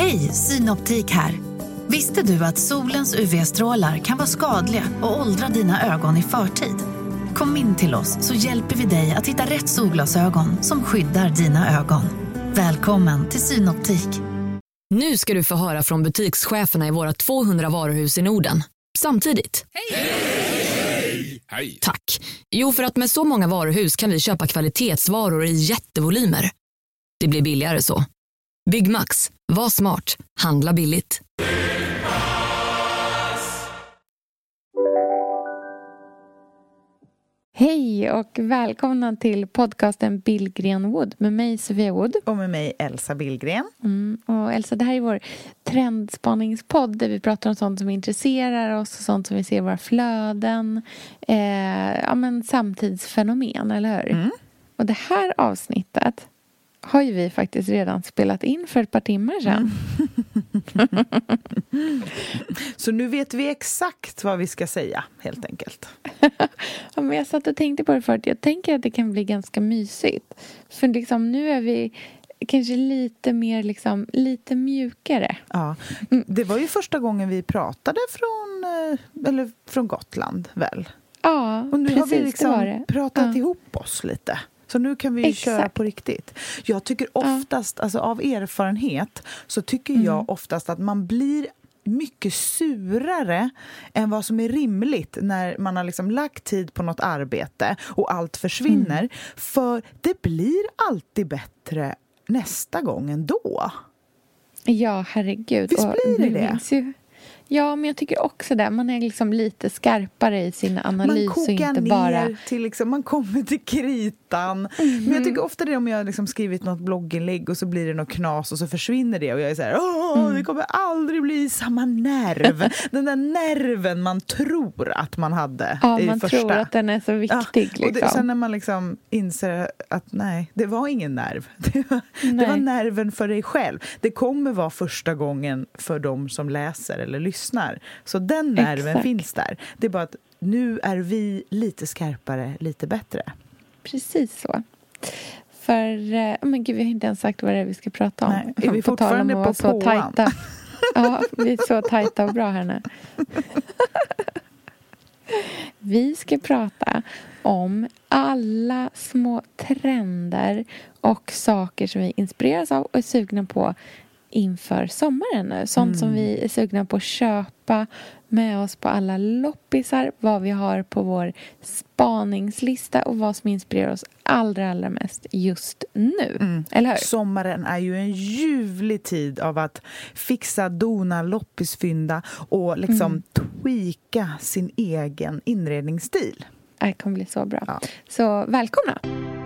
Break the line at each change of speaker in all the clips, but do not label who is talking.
Hej, Synoptik här. Visste du att solens UV-strålar kan vara skadliga och åldra dina ögon i förtid? Kom in till oss så hjälper vi dig att hitta rätt solglasögon som skyddar dina ögon. Välkommen till Synoptik.
Nu ska du få höra från butikscheferna i våra 200 varuhus i Norden. Samtidigt.
Hej! Hej!
Tack. Jo, för att med så många varuhus kan vi köpa kvalitetsvaror i jättevolymer. Det blir billigare så. Byggmax. Var smart. Handla billigt.
Hej och välkomna till podcasten Billgren Wood med mig Sofia Wood.
Och med mig Elsa Billgren.
Och Elsa, det här är vår trendspaningspodd där vi pratar om sånt som intresserar oss och sånt som vi ser i våra flöden. Samtidsfenomen, eller hur? Mm. Och det här avsnittet har ju vi faktiskt redan spelat in för ett par timmar sedan.
Så nu vet vi exakt vad vi ska säga, helt enkelt.
Ja, men jag satt och tänkte på det förut. Jag tänker att det kan bli ganska mysigt. För liksom, nu är vi kanske lite mer lite mjukare.
Ja, det var ju första gången vi pratade från Gotland, väl?
Ja,
och nu
precis,
har vi pratat ihop oss lite. Så nu kan vi köra på riktigt. Jag tycker oftast, alltså av erfarenhet, så tycker jag oftast att man blir mycket surare än vad som är rimligt när man har liksom lagt tid på något arbete och allt försvinner. För det blir alltid bättre nästa gång ändå.
Ja, herregud.
Visst blir det?
Ja, men jag tycker också det. Man är liksom lite skarpare i sin analys.
Man kokar
inte
ner
bara
till man kommer till kritan. Men jag tycker ofta det om jag skrivit något blogginlägg och så blir det något knas och så försvinner det och jag är så här, det kommer aldrig bli samma nerv. Den där nerven man tror att man hade i
man
första.
tror att den är så viktig.
Ja, och sen när man inser att nej, det var ingen nerv. Det var nerven för dig själv. Det kommer vara första gången för de som läser eller lyssnar. Så den nerven finns där. Det är bara att nu är vi lite skarpare, lite bättre.
Precis så. För, men gud, vi har inte ens sagt vad det är vi ska prata om.
Nej, är vi fortfarande på
så tajta. Ja, vi är så tajta och bra här nu. Vi ska prata om alla små trender och saker som vi inspireras av och är sugna på inför sommaren nu. Sånt som vi är sugna på att köpa med oss på alla loppisar. Vad vi har på vår spaningslista och vad som inspirerar oss allra mest just nu. Eller hur?
Sommaren är ju en ljuvlig tid av att fixa, dona, loppisfynda och tweaka sin egen inredningsstil.
Det kommer bli så bra.
Ja.
Så välkomna!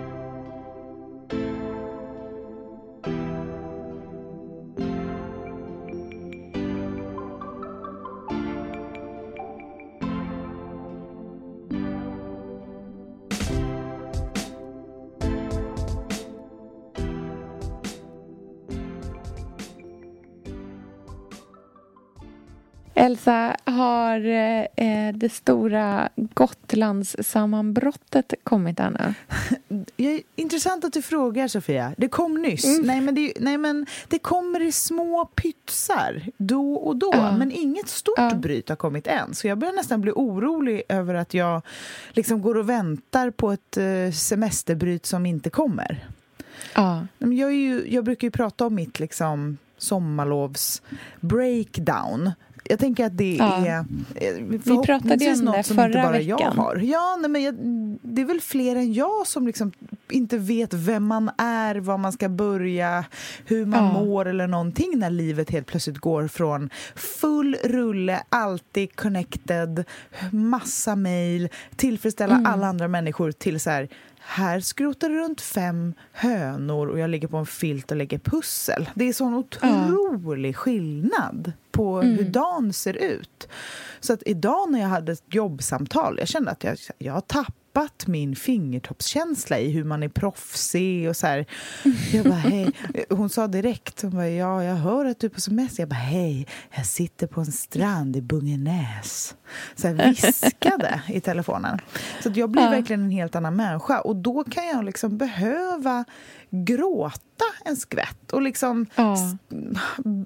Elsa, har det stora Gotlandssammanbrottet kommit ännu?
Intressant att du frågar, Sofia. Det kom nyss. Nej, men det kommer i små pytsar då och då. Men inget stort bryt har kommit än. Så jag börjar nästan bli orolig över att jag går och väntar på ett semesterbryt som inte kommer. Jag brukar ju prata om mitt sommarlovs breakdown. Jag tänker att det är
vi pratade om det
som
förra
inte bara
veckan.
jag har. Det är väl fler än jag som inte vet vem man är, var man ska börja, hur man mår eller någonting när livet helt plötsligt går från full rulle, alltid connected, massa mejl, tillfredsställa alla andra människor till så här skrotar det runt 5 hönor och jag ligger på en filt och lägger pussel. Det är sån otrolig skillnad på hur dagen ser ut. Så att idag när jag hade ett jobbsamtal, jag kände att jag har tappat min fingertoppskänsla i hur man är proffsig och så här. Jag bara, hej. Hon sa direkt, hon bara, jag hör att du är på semester. Jag bara, hej, jag sitter på en strand i Bungenäs. Så här viskade i telefonen. Så att jag blir verkligen en helt annan människa. Och då kan jag behöva gråta en skvätt och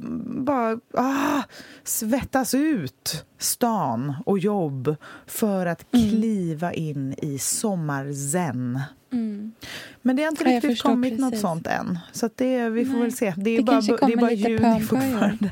bara svettas ut stan och jobb för att kliva in i sommarzen. Men det har inte riktigt kommit något sånt än. Så att vi får väl se. Det är bara juni fortfarande.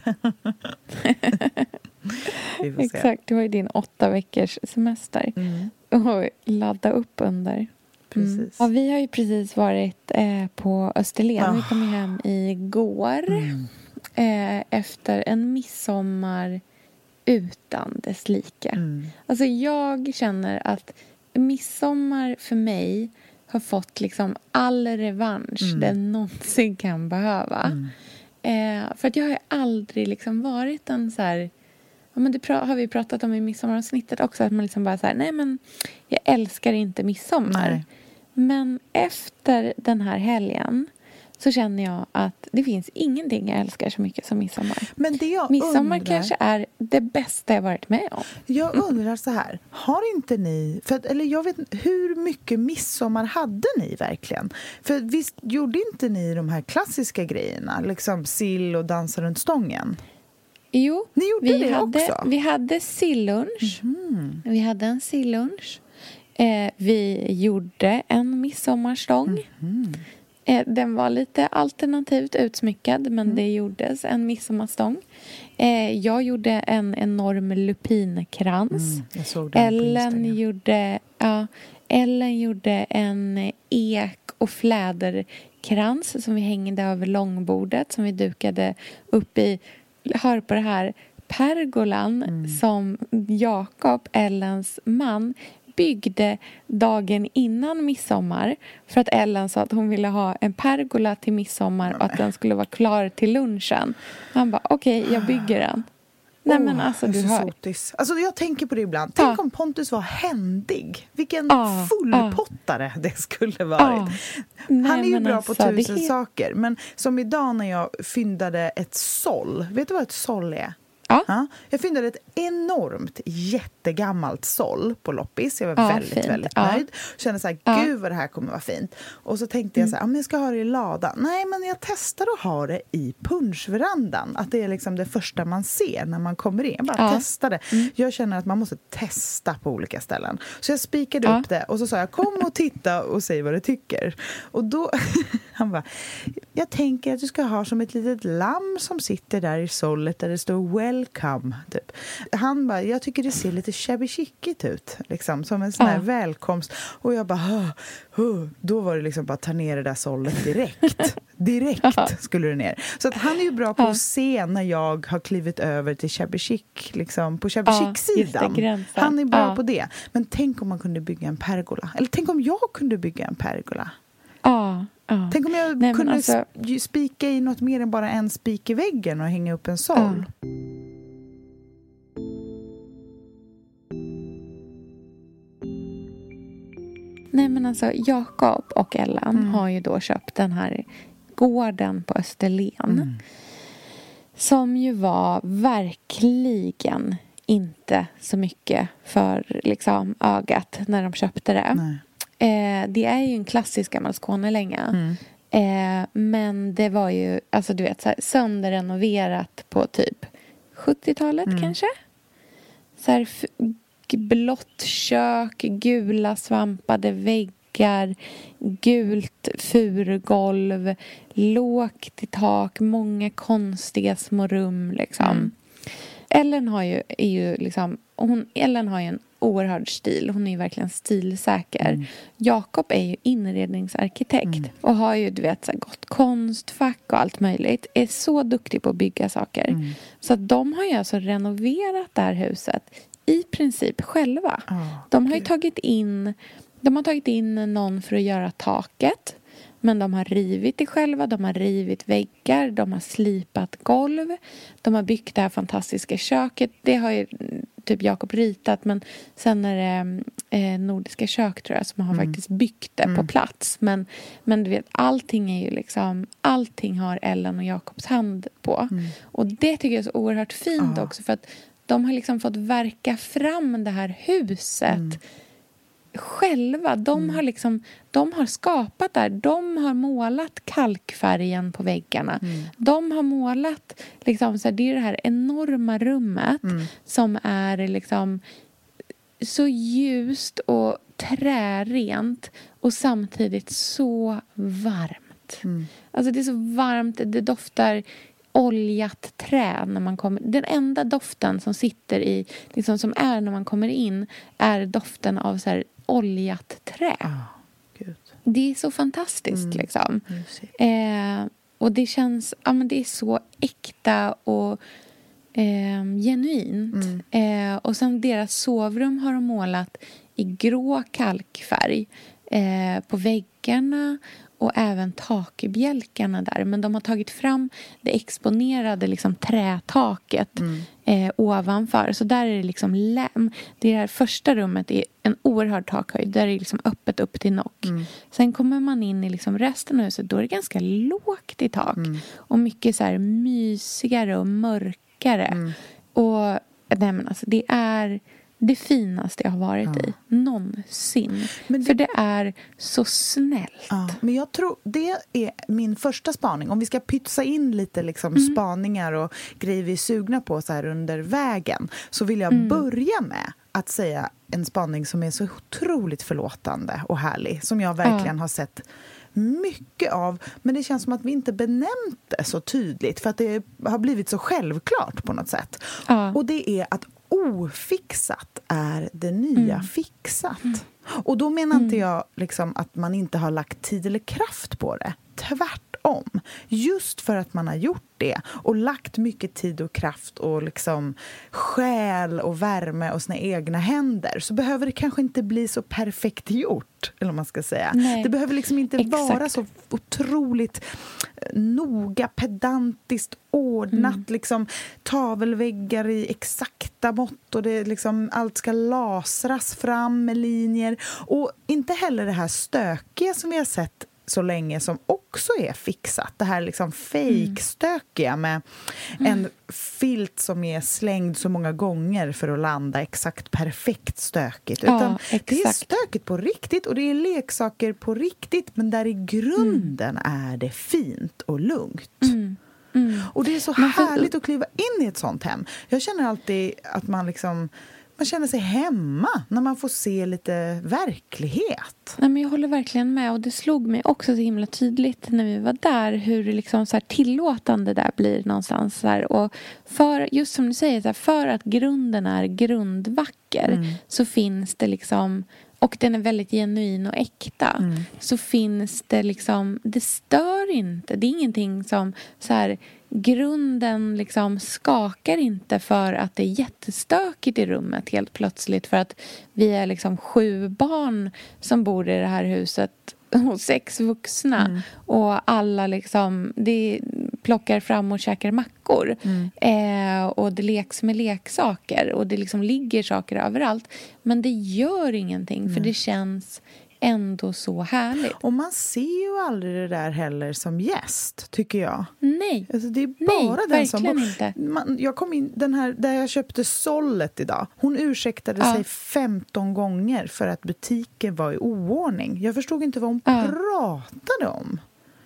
Exakt, du har ju din 8 veckors semester. Och ladda upp under.
Precis.
Ja, vi har ju precis varit på Österlen. Vi kom hem igår. Efter en midsommar utan dess like. Alltså jag känner att midsommar för mig har fått liksom all revansch den någonsin kan behöva. För att jag har aldrig liksom varit en så här... Ja, men det har vi pratat om i midsommaravsnittet också. Att man liksom bara så här, nej men jag älskar inte midsommar. Nej. Men efter den här helgen så känner jag att det finns ingenting jag älskar så mycket som midsommar.
Men det jag
midsommar kanske är det bästa jag varit med om.
Jag undrar så här, har inte ni, eller jag vet hur mycket midsommar hade ni verkligen? För visst gjorde inte ni de här klassiska grejerna, liksom sill och dansa runt stången?
Jo,
ni gjorde det också.
Vi hade sillunch. Vi hade en sillunch. Vi gjorde en midsommarstång. Den var lite alternativt utsmyckad, men det gjordes en midsommarstång. Jag gjorde en enorm lupinkrans.
Jag såg den
Ellen gjorde en ek- och fläderkrans som vi hängde över långbordet, som vi dukade upp i. Hör på det här, pergolan som Jakob, Ellens man, byggde dagen innan midsommar för att Ellen sa att hon ville ha en pergola till midsommar och att den skulle vara klar till lunchen. Han bara, okej, jag bygger den. Nej, men alltså du hör.
Alltså jag tänker på det ibland. Tänk om Pontus var händig. Vilken fullpottare det skulle varit. Han är ju bra på 1000 saker. Men som idag när jag fyndade ett såll. Vet du vad ett såll är? Ja. Jag fyndade ett enormt jättegammalt såll på loppis. Jag var väldigt nöjd. Kände så här, gud vad det här kommer vara fint. Och så tänkte jag så här, jag ska ha det i ladan. Nej, men jag testar att ha det i punschverandan. Att det är liksom det första man ser när man kommer in. Jag bara testade. Jag känner att man måste testa på olika ställen. Så jag spikade upp det och så sa jag, kom och titta och säg vad du tycker. Och då, han bara, jag tänker att du ska ha som ett litet lamm som sitter där i sållet där det står welcome, typ. Han bara, jag tycker det ser lite shabby chickigt ut, liksom, som en sån här välkomst. Och jag bara, då var det liksom bara ta ner det där sållet direkt skulle det ner. Så att han är ju bra på att se när jag har klivit över till shabby chic, liksom, på shabby chic-sidan. Han är bra på det. Men tänk om man kunde bygga en pergola. Eller tänk om jag kunde bygga en pergola. Tänk om jag kunde spika i något mer än bara en spik i väggen och hänga upp en såll.
Nej, men alltså Jakob och Ellen har ju då köpt den här gården på Österlen. Som ju var verkligen inte så mycket för liksom ögat när de köpte det.
Nej.
Det är ju en klassisk gammal Skånelänga. Men det var ju, alltså du vet, så här, sönderrenoverat på typ 70-talet kanske. Så här blått kök, gula svampade väggar, gult furgolv, lågt i tak, många konstiga små rum liksom. Ellen har ju en oerhörd stil. Hon är ju verkligen stilsäker. Jakob är ju inredningsarkitekt och har ju, du vet, så här, gått konstfack och allt möjligt. Är så duktig på att bygga saker. Så att de har ju alltså renoverat det här huset i princip själva. De har ju tagit in någon för att göra taket. Men de har rivit det själva, de har rivit väggar, de har slipat golv. De har byggt det här fantastiska köket. Det har ju typ Jakob ritat, men sen är det Nordiska kök tror jag som har faktiskt byggt det på plats. Men du vet, allting är ju liksom, allting har Ellen och Jakobs hand på. Och det tycker jag är så oerhört fint också, för att de har liksom fått verka fram det här huset själva. De har skapat där. De har målat kalkfärgen på väggarna. De har målat liksom, så här, det är det här enorma rummet som är liksom så ljust och trärent och samtidigt så varmt. Alltså det är så varmt, det doftar oljat trä när man kommer. Den enda doften som sitter i, liksom, som är när man kommer in, är doften av så här oljat trä.
Gud.
Det är så fantastiskt liksom. Och det känns, ja men det är så äkta och genuint. Och sen deras sovrum har de målat i grå kalkfärg på väggarna och även takbjälkarna där. Men de har tagit fram det exponerade liksom, trätaket ovanför. Så där är det liksom det här första rummet är en oerhörd takhöjd. Där är det liksom öppet upp till nock. Sen kommer man in i liksom resten av huset. Då är det ganska lågt i tak. Och mycket så här mysigare och mörkare. Och nej, men alltså, det är det finaste jag har varit i någonsin. För det är så snällt.
Men jag tror det är min första spaning. Om vi ska pytsa in lite liksom spaningar och grejer vi är sugna på så här under vägen, så vill jag börja med att säga en spaning som är så otroligt förlåtande och härlig, som jag verkligen har sett mycket av, men det känns som att vi inte benämnt det så tydligt för att det har blivit så självklart på något sätt. Och det är att ofixat är det nya fixat. Och då menar inte jag liksom att man inte har lagt tid eller kraft på det. Tvärtom. Just för att man har gjort det och lagt mycket tid och kraft och liksom själ och värme och sina egna händer, så behöver det kanske inte bli så perfekt gjort, eller vad man ska säga.
Nej.
Det behöver liksom inte vara så otroligt noga, pedantiskt ordnat, liksom tavelväggar i exakta mått och det liksom, allt ska lasras fram med linjer, och inte heller det här stökiga som vi har sett så länge som också är fixat. Det här liksom fake-stökiga med en filt som är slängd så många gånger för att landa exakt perfekt stökigt. Utan det är stökigt på riktigt och det är leksaker på riktigt, men där i grunden är det fint och lugnt. Och det är så härligt att kliva in i ett sånt hem. Jag känner alltid att man känner sig hemma när man får se lite verklighet.
Nej, men jag håller verkligen med, och det slog mig också så himla tydligt när vi var där hur det liksom så här tillåtande där blir någonstans så här. Och för, just som du säger så här, för att grunden är grundvacker så finns det liksom, och den är väldigt genuin och äkta, så finns det liksom, det stör inte, det är ingenting som så här, grunden liksom skakar inte för att det är jättestökigt i rummet helt plötsligt, för att vi är liksom 7 barn som bor i det här huset och 6 vuxna och alla liksom plockar fram och käkar mackor och det leks med leksaker och det liksom ligger saker överallt, men det gör ingenting för det känns ändå så härligt.
Och man ser ju aldrig det där heller som gäst, tycker jag.
Nej.
Alltså det är bara den som
inte.
Jag kom in den här där jag köpte sållet idag. Hon ursäktade sig 15 gånger för att butiken var i oordning. Jag förstod inte vad hon pratade om.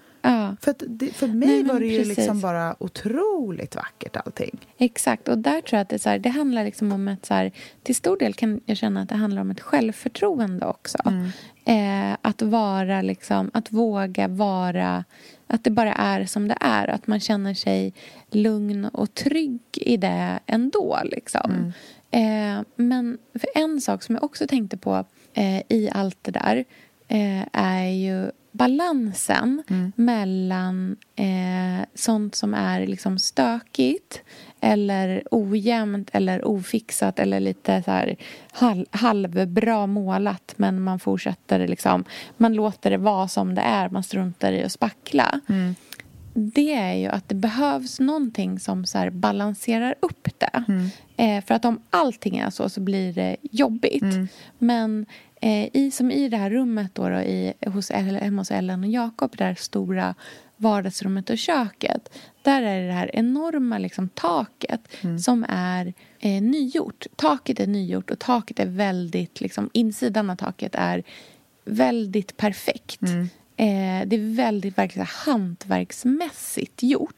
För mig var det ju liksom bara otroligt vackert allting.
Exakt, och där tror jag att det, så här, det handlar liksom om ett så här, till stor del kan jag känna att det handlar om ett självförtroende också. Att vara liksom, att våga vara, att det bara är som det är, att man känner sig lugn och trygg i det ändå liksom. Men för en sak som jag också tänkte på i allt det där är ju balansen mellan sånt som är liksom stökigt eller ojämnt eller ofixat eller lite så här halvbra målat, men man fortsätter liksom, man låter det vara som det är, man struntar i att spackla. Det är ju att det behövs någonting som så här balanserar upp det. För att om allting är så blir det jobbigt. Men i det här rummet då hemma hos Ellen och Jakob, det där stora vardagsrummet och köket. Där är det här enorma liksom taket som är nygjort. Taket är nygjort och taket är väldigt, liksom, insidan av taket är väldigt perfekt. Det är väldigt verkligen hantverksmässigt gjort.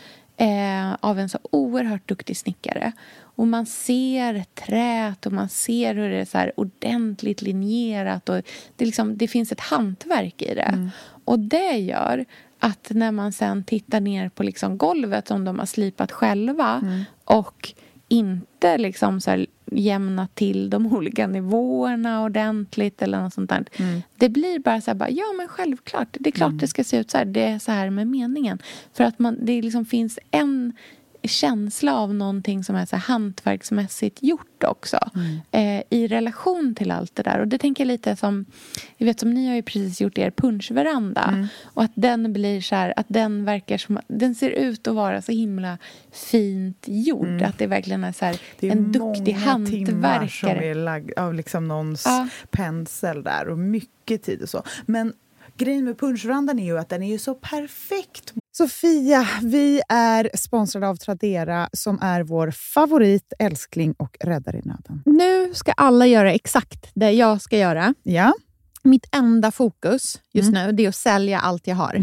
Av en så oerhört duktig snickare. Och man ser trät och man ser hur det är så här ordentligt linjerat. Och det finns ett hantverk i det. Och det gör att när man sen tittar ner på liksom golvet som de har slipat själva och inte liksom så här jämna till de olika nivåerna ordentligt eller något sånt där. Det blir bara så här, ja men självklart, det är klart det ska se ut så här, det är så här med meningen. För att det liksom finns en känsla av någonting som är så här hantverksmässigt gjort också i relation till allt det där. Och det tänker jag lite som, jag vet som ni har ju precis gjort er punschveranda och att den blir så här, att den verkar som, den ser ut att vara så himla fint gjord, att det verkligen är så här en duktig hantverkare
som är lagd av liksom någons pensel där och mycket tid och så. Men grejen med punschverandan är ju att den är ju så perfekt. Sofia, vi är sponsrade av Tradera som är vår favorit, älskling och räddare i nöden.
Nu ska alla göra exakt det jag ska göra.
Ja.
Mitt enda fokus just nu det är att sälja allt jag har.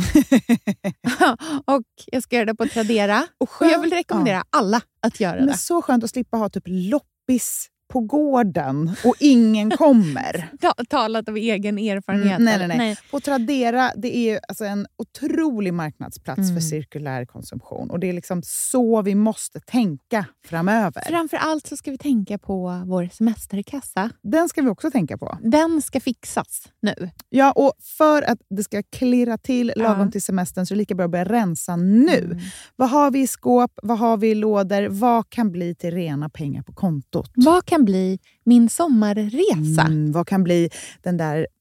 Och jag ska göra det på Tradera. Och jag vill rekommendera alla att göra det.
Men så skönt att slippa ha typ loppis på gården och ingen kommer.
Talat av egen erfarenhet.
Nej. På Tradera, det är alltså en otrolig marknadsplats för cirkulär konsumtion. Och det är liksom så vi måste tänka framöver.
Framförallt så ska vi tänka på vår semesterkassa.
Den ska vi också tänka på.
Den ska fixas nu.
Ja, och för att det ska klirra till lagom till semestern så är det lika bra att börja rensa nu. Vad har vi i skåp? Vad har vi i lådor? Vad kan bli till rena pengar på kontot?
Vad kan bli min sommarresa?
Vad kan bli den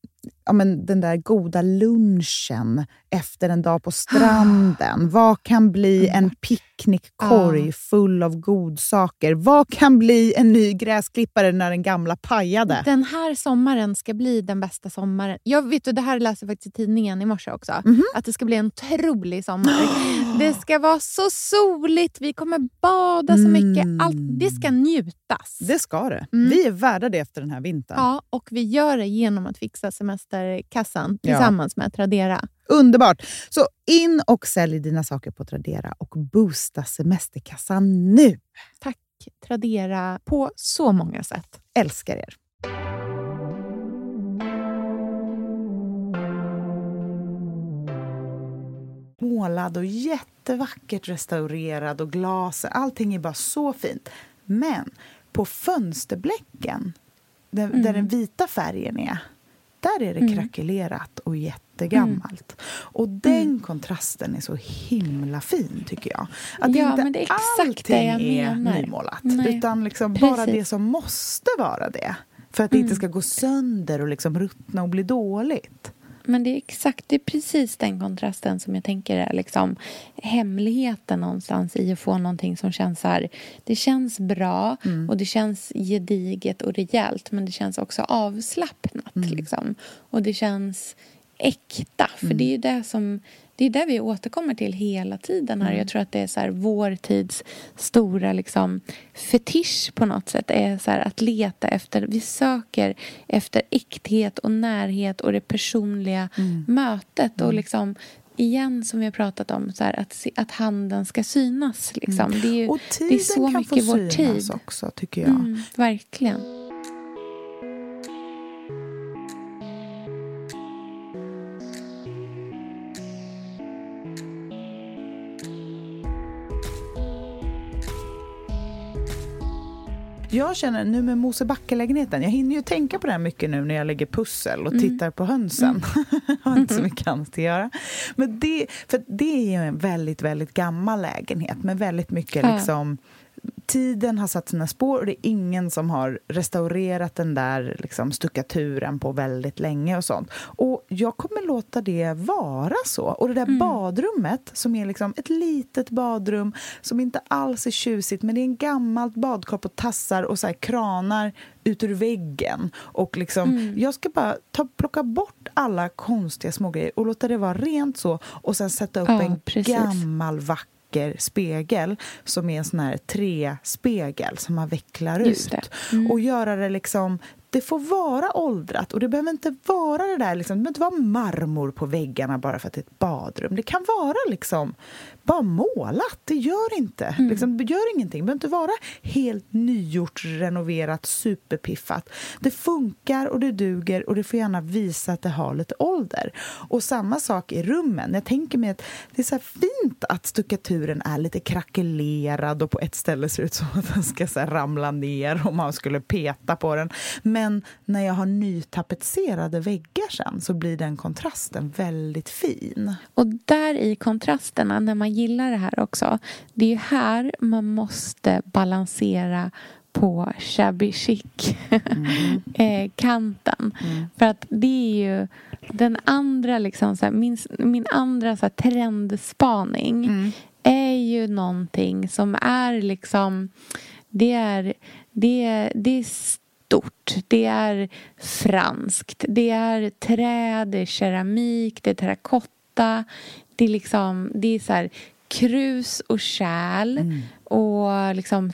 där goda lunchen efter en dag på stranden? Vad kan bli en picknickkorg full av godsaker? Vad kan bli en ny gräsklippare när den gamla pajade?
Den här sommaren ska bli den bästa sommaren. Jag vet, och det här läser jag faktiskt i tidningen i morse också. Att det ska bli en otrolig sommar. Det ska vara så soligt. Vi kommer bada så mycket. Allt, det ska njutas.
Det ska det. Vi är värda det efter den här vintern.
Ja, och vi gör det genom att fixa semesterkassan tillsammans med Tradera.
Underbart! Så in och sälj dina saker på Tradera och boosta semesterkassan nu.
Tack Tradera på så många sätt.
Älskar er. Målad och jättevackert restaurerad och glas. Allting är bara så fint. Men på fönsterbläcken, där den vita färgen är, där är det krackelerat och jättegammalt. Och den kontrasten är så himla fin tycker jag. Att inte
men det är exakt det jag menar.
Är nymålat. Utan liksom bara det som måste vara det. För att det inte ska gå sönder och liksom ruttna och bli dåligt.
Men det är precis den kontrasten som jag tänker är liksom hemligheten någonstans i att få någonting som känns så här, det känns bra och det känns gediget och rejält, men det känns också avslappnat liksom. Och det känns äkta, för det är ju det är det vi återkommer till hela tiden här. Jag tror att det är så här vår tids stora liksom fetisch på något sätt är så här att leta efter, vi söker efter äkthet och närhet och det personliga mötet och liksom igen som vi har pratat om så här, att handen ska synas liksom. Det är ju,
och tiden
det är så
kan
mycket
få
vår
synas
tid
också tycker jag.
Verkligen.
Jag känner nu med Mosebacke-lägenheten, jag hinner ju tänka på det här mycket nu när jag lägger pussel och tittar på hönsen. Jag har inte så mycket annat att göra. Men det är ju en väldigt, väldigt gammal lägenhet med väldigt mycket liksom, tiden har satt sina spår och det är ingen som har restaurerat den där liksom, stuckaturen på väldigt länge och sånt. Och jag kommer låta det vara så. Och det där badrummet som är liksom ett litet badrum som inte alls är tjusigt, men det är en gammalt badkar på tassar och så här kranar ut ur väggen. Och liksom, jag ska bara plocka bort alla konstiga små grejer och låta det vara rent så. Och sen sätta upp en gammal vacker spegel som är en sån här träspegel som man vecklar ut. Och göra det liksom, det får vara åldrat och det behöver inte vara det där liksom, det behöver inte vara marmor på väggarna bara för att det är ett badrum. Det kan vara liksom bara målat, det gör inte. Liksom, det gör ingenting, det behöver inte vara helt nygjort, renoverat, superpiffat. Det funkar och det duger och det får gärna visa att det har lite ålder. Och samma sak i rummen. Jag tänker mig att det är så här fint att stuckaturen är lite krackelerad och på ett ställe ser ut som att den ska så här ramla ner om man skulle peta på den. Men när jag har nytapetserade väggar sen så blir den kontrasten väldigt fin.
Och där i kontrasterna, när man gillar det här också, det är här man måste balansera på shabby chic kanten. För att det är ju den andra liksom, så här, min andra så här, trendspaning är ju någonting som är liksom det är stort, det är franskt, det är trä, det är keramik, det är terrakotta, det är liksom, det är så här krus och kärl och liksom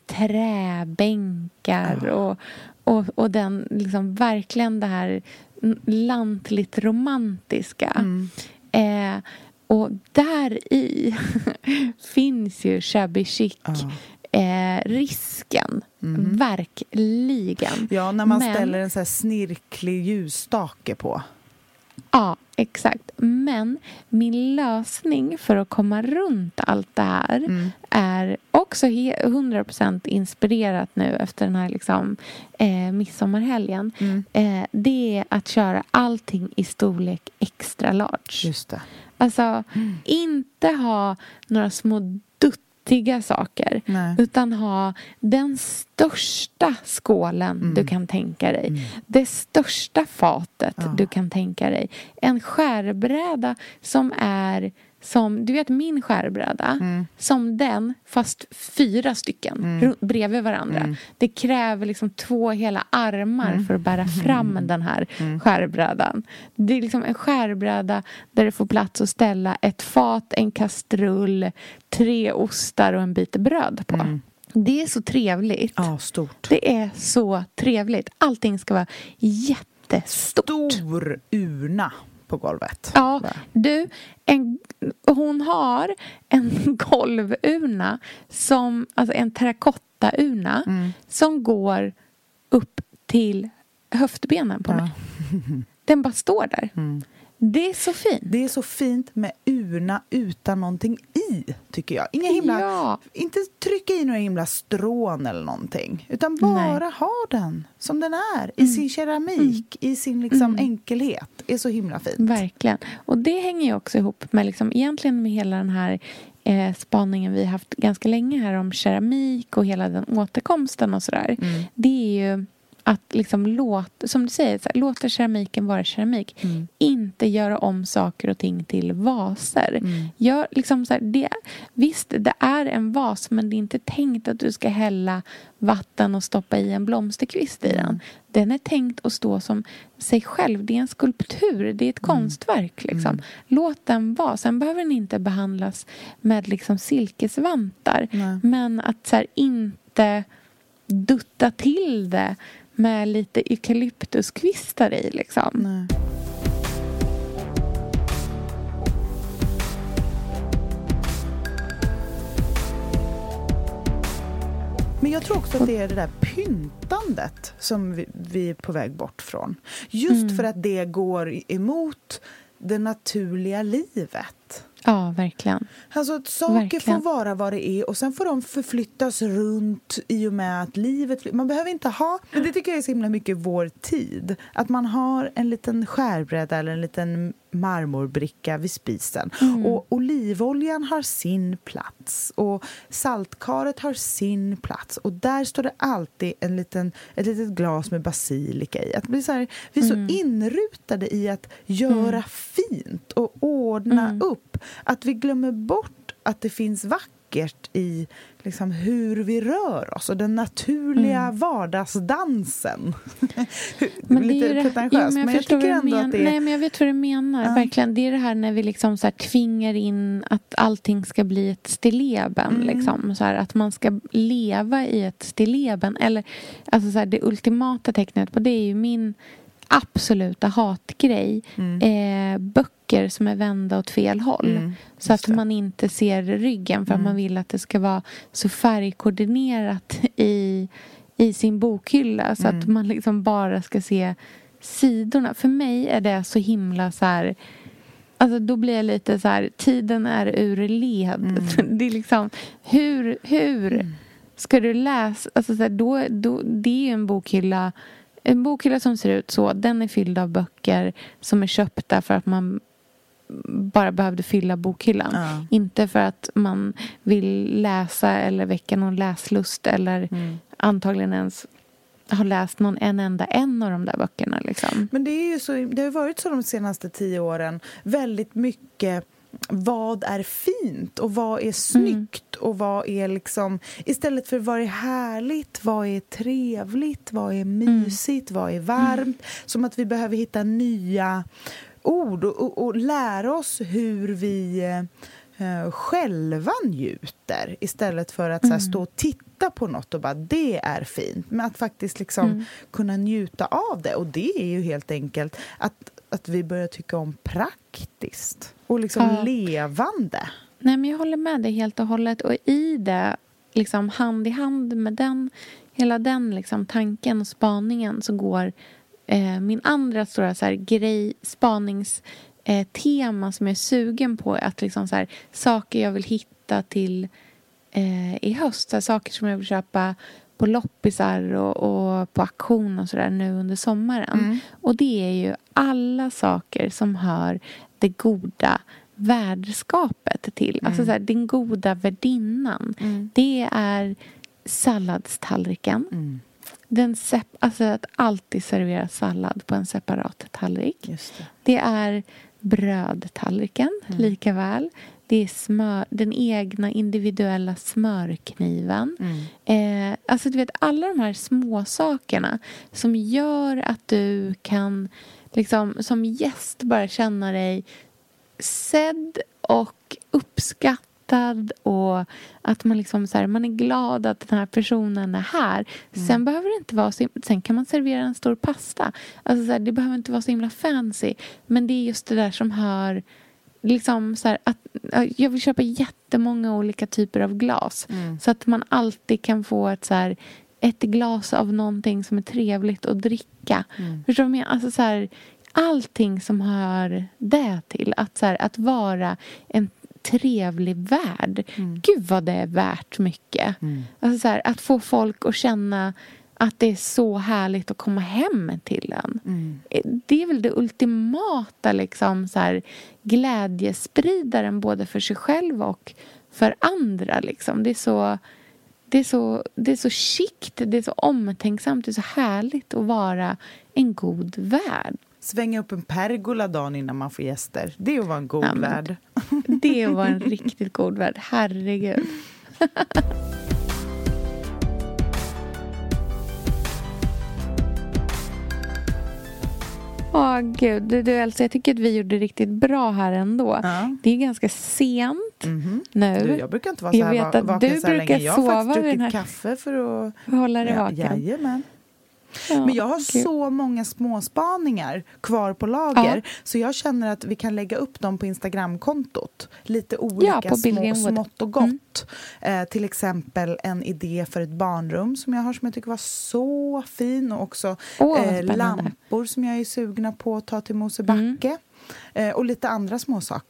träbänkar och den liksom verkligen det här lantligt romantiska. Och där i finns ju shabby chic risken. Verkligen.
Ja, när man ställer en så här snirklig ljusstake på.
Ja, exakt. Men min lösning för att komma runt allt det här är också 100% inspirerat nu efter den här liksom, midsommarhelgen. Det är att köra allting i storlek extra large.
Just det.
Alltså, inte ha några små duttiga saker. Nej. Utan ha den största skålen du kan tänka dig. Det största fatet du kan tänka dig. En skärbräda som är som, du vet min skärbräda som den, fast 4 stycken bredvid varandra. Det kräver liksom 2 hela armar för att bära fram den här skärbrädan. Det är liksom en skärbräda där det får plats att ställa ett fat, en kastrull, 3 ostar och en bit bröd på. Det är så trevligt.
Ja, stort.
Det är så trevligt. Allting ska vara jättestort.
Stor urna på golvet.
Ja, du, hon har en golvurna som, alltså en terrakottaurna som går upp till höftbenen på mig. Den bara står där. Det är så fint.
Det är så fint med urna utan någonting i, tycker jag. Inga himla, inte trycka i några himla strån eller någonting. Utan bara ha den som den är. I sin keramik, i sin liksom enkelhet. Det är så himla fint.
Verkligen. Och det hänger ju också ihop med liksom, egentligen med hela den här spaningen vi haft ganska länge här om keramik och hela den återkomsten och sådär. Det är ju att liksom som du säger, så här, låta keramiken vara keramik. Inte göra om saker och ting till vaser. Gör liksom så här, visst, det är en vas, men det är inte tänkt att du ska hälla vatten och stoppa i en blomsterkvist i den. Den är tänkt att stå som sig själv. Det är en skulptur, det är ett konstverk liksom. Låt den vara. Sen behöver den inte behandlas med liksom silkesvantar. Men att så här, inte dutta till det med lite eukalyptuskvistar i liksom.
Nej. Men jag tror också att det är det där pyntandet som vi är på väg bort från. Just för att det går emot det naturliga livet.
Ja, verkligen.
Alltså att saker får vara vad det är och sen får de förflyttas runt i och med att livet... Man behöver inte ha... Men det tycker jag är så himla mycket vår tid. Att man har en liten skärbräda eller en liten marmorbricka vid spisen. Och olivoljan har sin plats. Och saltkaret har sin plats. Och där står det alltid ett litet glas med basilika i. Att bli så här, vi är så inrutade i att göra fint och ordna upp. Att vi glömmer bort att det finns vackert i liksom hur vi rör oss och den naturliga vardagsdansen.
Men det
lite pretentiöst, men jag tycker ändå att det är...
Nej, men jag vet vad du menar. Verkligen. Det är det här när vi liksom så här tvingar in att allting ska bli ett stilleben. Liksom. Så här, att man ska leva i ett stilleben. Eller, alltså så här, det ultimata tecknet på det är ju min absoluta hatgrej. Böcker som är vända åt fel håll. Så att man inte ser ryggen för att man vill att det ska vara så färgkoordinerat i sin bokhylla. Så att man liksom bara ska se sidorna. För mig är det så himla så här... Alltså då blir jag lite så här... Tiden är ur led. Det är liksom... Hur ska du läsa? Alltså så här, då, det är ju en bokhylla... En bokhylla som ser ut så, den är fylld av böcker som är köpta för att man bara behövde fylla bokhyllan. Inte för att man vill läsa eller väcka någon läslust eller antagligen ens har läst en enda av de där böckerna. Liksom.
Men det är ju så, det har varit så de senaste 10 åren. Väldigt mycket... Vad är fint och vad är snyggt och vad är liksom, istället för vad är härligt, vad är trevligt, vad är mysigt, vad är varmt, som att vi behöver hitta nya ord och lära oss hur vi själva njuter istället för att så här, stå och titta på något och bara det är fint, men att faktiskt liksom kunna njuta av det, och det är ju helt enkelt att vi börjar tycka om praktiskt och liksom levande.
Nej, men jag håller med dig helt och hållet, och i det liksom hand i hand med hela den liksom tanken och spaningen så går min andra stora så här spaningstema som jag är sugen på, att liksom så här, saker jag vill hitta till i höst, så här, saker som jag vill köpa på loppisar och på auktion och sådär nu under sommaren. Och det är ju alla saker som hör det goda värdskapet till. Alltså så här, den goda värdinnan. Det är salladstallriken. Alltså att alltid servera sallad på en separat tallrik. Just det. Det är brödtallriken lika väl. Det är den egna individuella smörkniven. Alltså du vet, alla de här små sakerna som gör att du kan liksom som gäst bara känna dig sedd och uppskattad, och att man liksom så här, man är glad att den här personen är här. Sen behöver det inte vara sen kan man servera en stor pasta. Alltså så här, det behöver inte vara så himla fancy, men det är just det där som hör liksom så här, att jag vill köpa jättemånga olika typer av glas så att man alltid kan få ett glas av någonting som är trevligt att dricka. Förstår du vad jag menar? Alltså så här, allting som hör det till, att så här, att vara en trevlig värld. Gud vad det är värt mycket. Alltså så här, att få folk att känna att det är så härligt att komma hem till en. Det är väl det ultimata liksom, så här, glädjespridaren både för sig själv och för andra. Liksom. Det är så chict, det är så omtänksamt, det är så härligt att vara en god värd.
Svänga upp en pergola dagen innan man får gäster. Det är att vara en god värd.
Det är att vara en riktigt god värd. Herregud. Gud. Du Elsa, jag tycker att vi gjorde riktigt bra här ändå. Det är ganska sent nu.
Jag brukar inte vara så här vaken så här länge. Jag har faktiskt druckit kaffe för att
hålla dig vaken.
Jajamän. Men jag har så många småspaningar kvar på lager, så jag känner att vi kan lägga upp dem på Instagramkontot. Lite olika smått och gott. Till exempel en idé för ett barnrum som jag har, som jag tycker var så fin, och också lampor som jag är sugna på att ta till Mosebacke. Och lite andra små saker.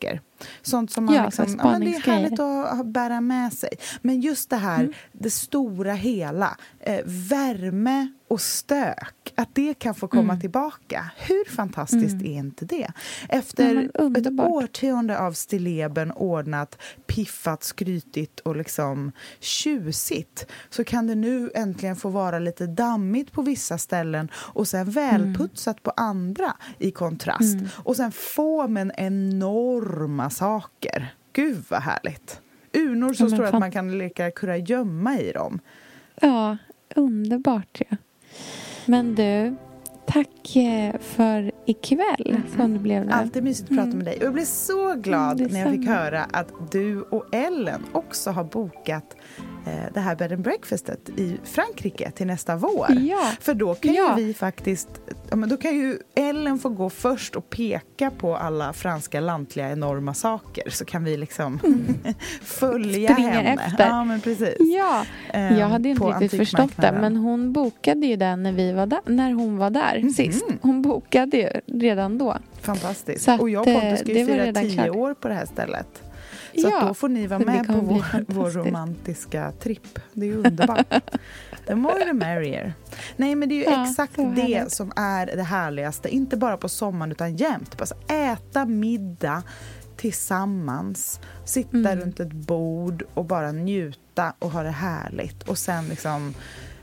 Sånt som man liksom, men det är härligt att bära med sig. Men just det här, det stora hela, värme och stök, att det kan få komma tillbaka. Hur fantastiskt är inte det? Efter ett årtionde av stilleben, ordnat, piffat, skrytigt och liksom tjusigt, så kan det nu äntligen få vara lite dammigt på vissa ställen och sen välputsat på andra i kontrast. Och sen få med enorma saker. Gud vad härligt. Urnor så stora att man kan leka kurragömma i dem.
Ja, underbart. Ja. Men du, tack för ikväll som det blev nu.
Alltid mysigt att prata med dig. Och jag blev så glad när jag fick höra att du och Ellen också har bokat det här bed and breakfastet i Frankrike till nästa vår. Ja. För då kan ju vi faktiskt, men då kan ju Ellen få gå först och peka på alla franska lantliga enorma saker, så kan vi liksom följa henne. Efter. Ja, men precis.
Ja, jag hade inte riktigt förstått det, men hon bokade ju den när hon var där sist. Hon bokade ju redan då.
Fantastiskt. Och jag och Pontus ska ju fira 10 år på det här stället. Så att då får ni vara med på vår romantiska tripp. Det är ju underbart. The more the merrier. Nej, men det är ju exakt det som är det härligaste. Inte bara på sommaren utan jämt. Bara äta middag tillsammans. Sitta runt ett bord och bara njuta och ha det härligt. Och sen liksom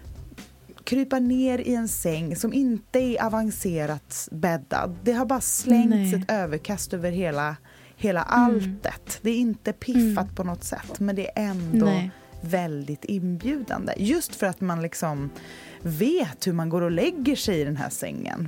krypa ner i en säng som inte är avancerat bäddad. Det har bara slängts ett överkast över hela alltet. Det är inte piffat på något sätt, men det är ändå väldigt inbjudande. Just för att man liksom vet hur man går och lägger sig i den här sängen.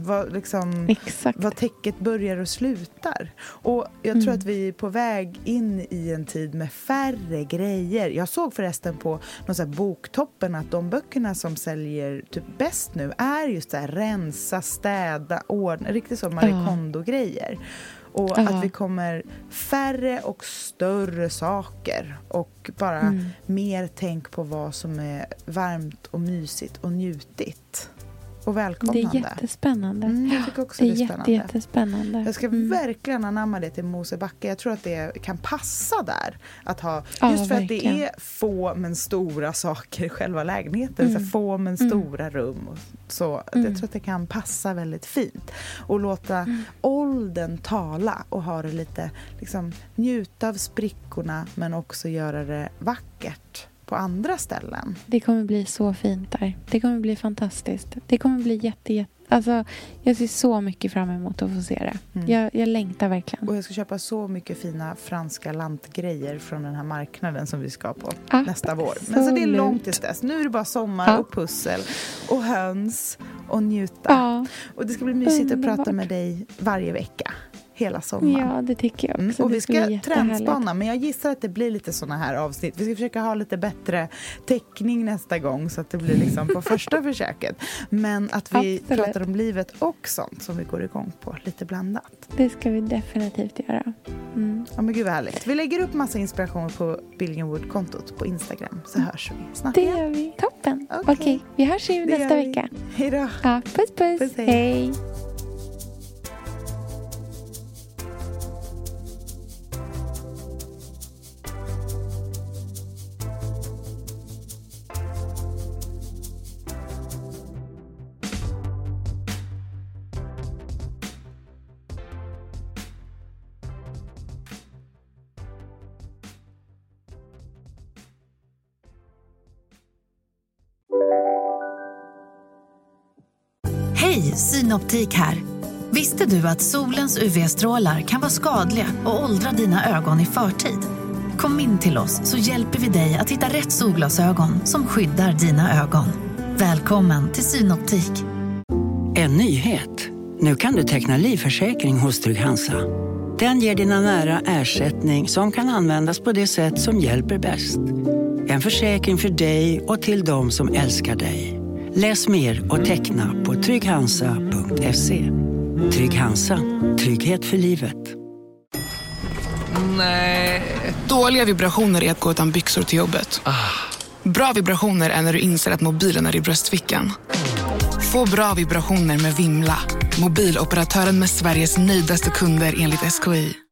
Vad täcket börjar och slutar. Och jag tror att vi är på väg in i en tid med färre grejer. Jag såg förresten på någon sån här boktoppen att de böckerna som säljer typ bäst nu är just det här rensa, städa, ordna, riktigt så Marie Kondo-grejer. Och att vi kommer färre och större saker. Och bara mer tänk på vad som är varmt och mysigt och njutigt. Och välkomnande.
Det är jättespännande.
Jag tycker också det är spännande.
Jättespännande.
Jag ska verkligen anamma det till Mosebacke. Jag tror att det kan passa där. Att ha, just för verkligen. Att det är få men stora saker i själva lägenheten. Så få men stora rum. Så jag tror att det kan passa väldigt fint. Och låta åldern tala. Och ha det lite, liksom, njuta av sprickorna. Men också göra det vackert på andra ställen.
Det kommer bli så fint där. Det kommer bli fantastiskt. Det kommer bli jätte alltså, jag ser så mycket fram emot att få se det. Jag längtar verkligen.
Och jag ska köpa så mycket fina franska lantgrejer från den här marknaden som vi ska på nästa vår. Men så det är långt tills dess. Nu är det bara sommar och pussel och höns och njuta. Och det ska bli mysigt att prata med dig varje vecka. Hela sommaren.
Ja, det tycker jag också.
Och vi ska trendspana, men jag gissar att det blir lite såna här avsnitt. Vi ska försöka ha lite bättre täckning nästa gång så att det blir liksom på första försöket. Men att vi pratar om livet och sånt som vi går igång på, lite blandat.
Det ska vi definitivt göra.
Ja, men gud vad härligt. Vi lägger upp massa inspiration på Billingwood-kontot på Instagram, så hörs vi snart.
Det gör vi. Toppen. Okej, vi hörs ju nästa vecka.
Hej då.
Ja, puss. Hej.
Hej, Synoptik här. Visste du att solens UV-strålar kan vara skadliga och åldra dina ögon i förtid? Kom in till oss så hjälper vi dig att hitta rätt solglasögon som skyddar dina ögon. Välkommen till Synoptik.
En nyhet. Nu kan du teckna livförsäkring hos Trygg Hansa. Den ger dina nära ersättning som kan användas på det sätt som hjälper bäst. En försäkring för dig och till de som älskar dig. Läs mer och teckna på trygghansa.se. Trygg Hansa. Trygghet för livet.
Nej.
Dåliga vibrationer är att gå utan byxor till jobbet. Bra vibrationer är när du inser att mobilen är i bröstfickan. Få bra vibrationer med Vimla. Mobiloperatören med Sveriges nöjdaste kunder enligt SKI.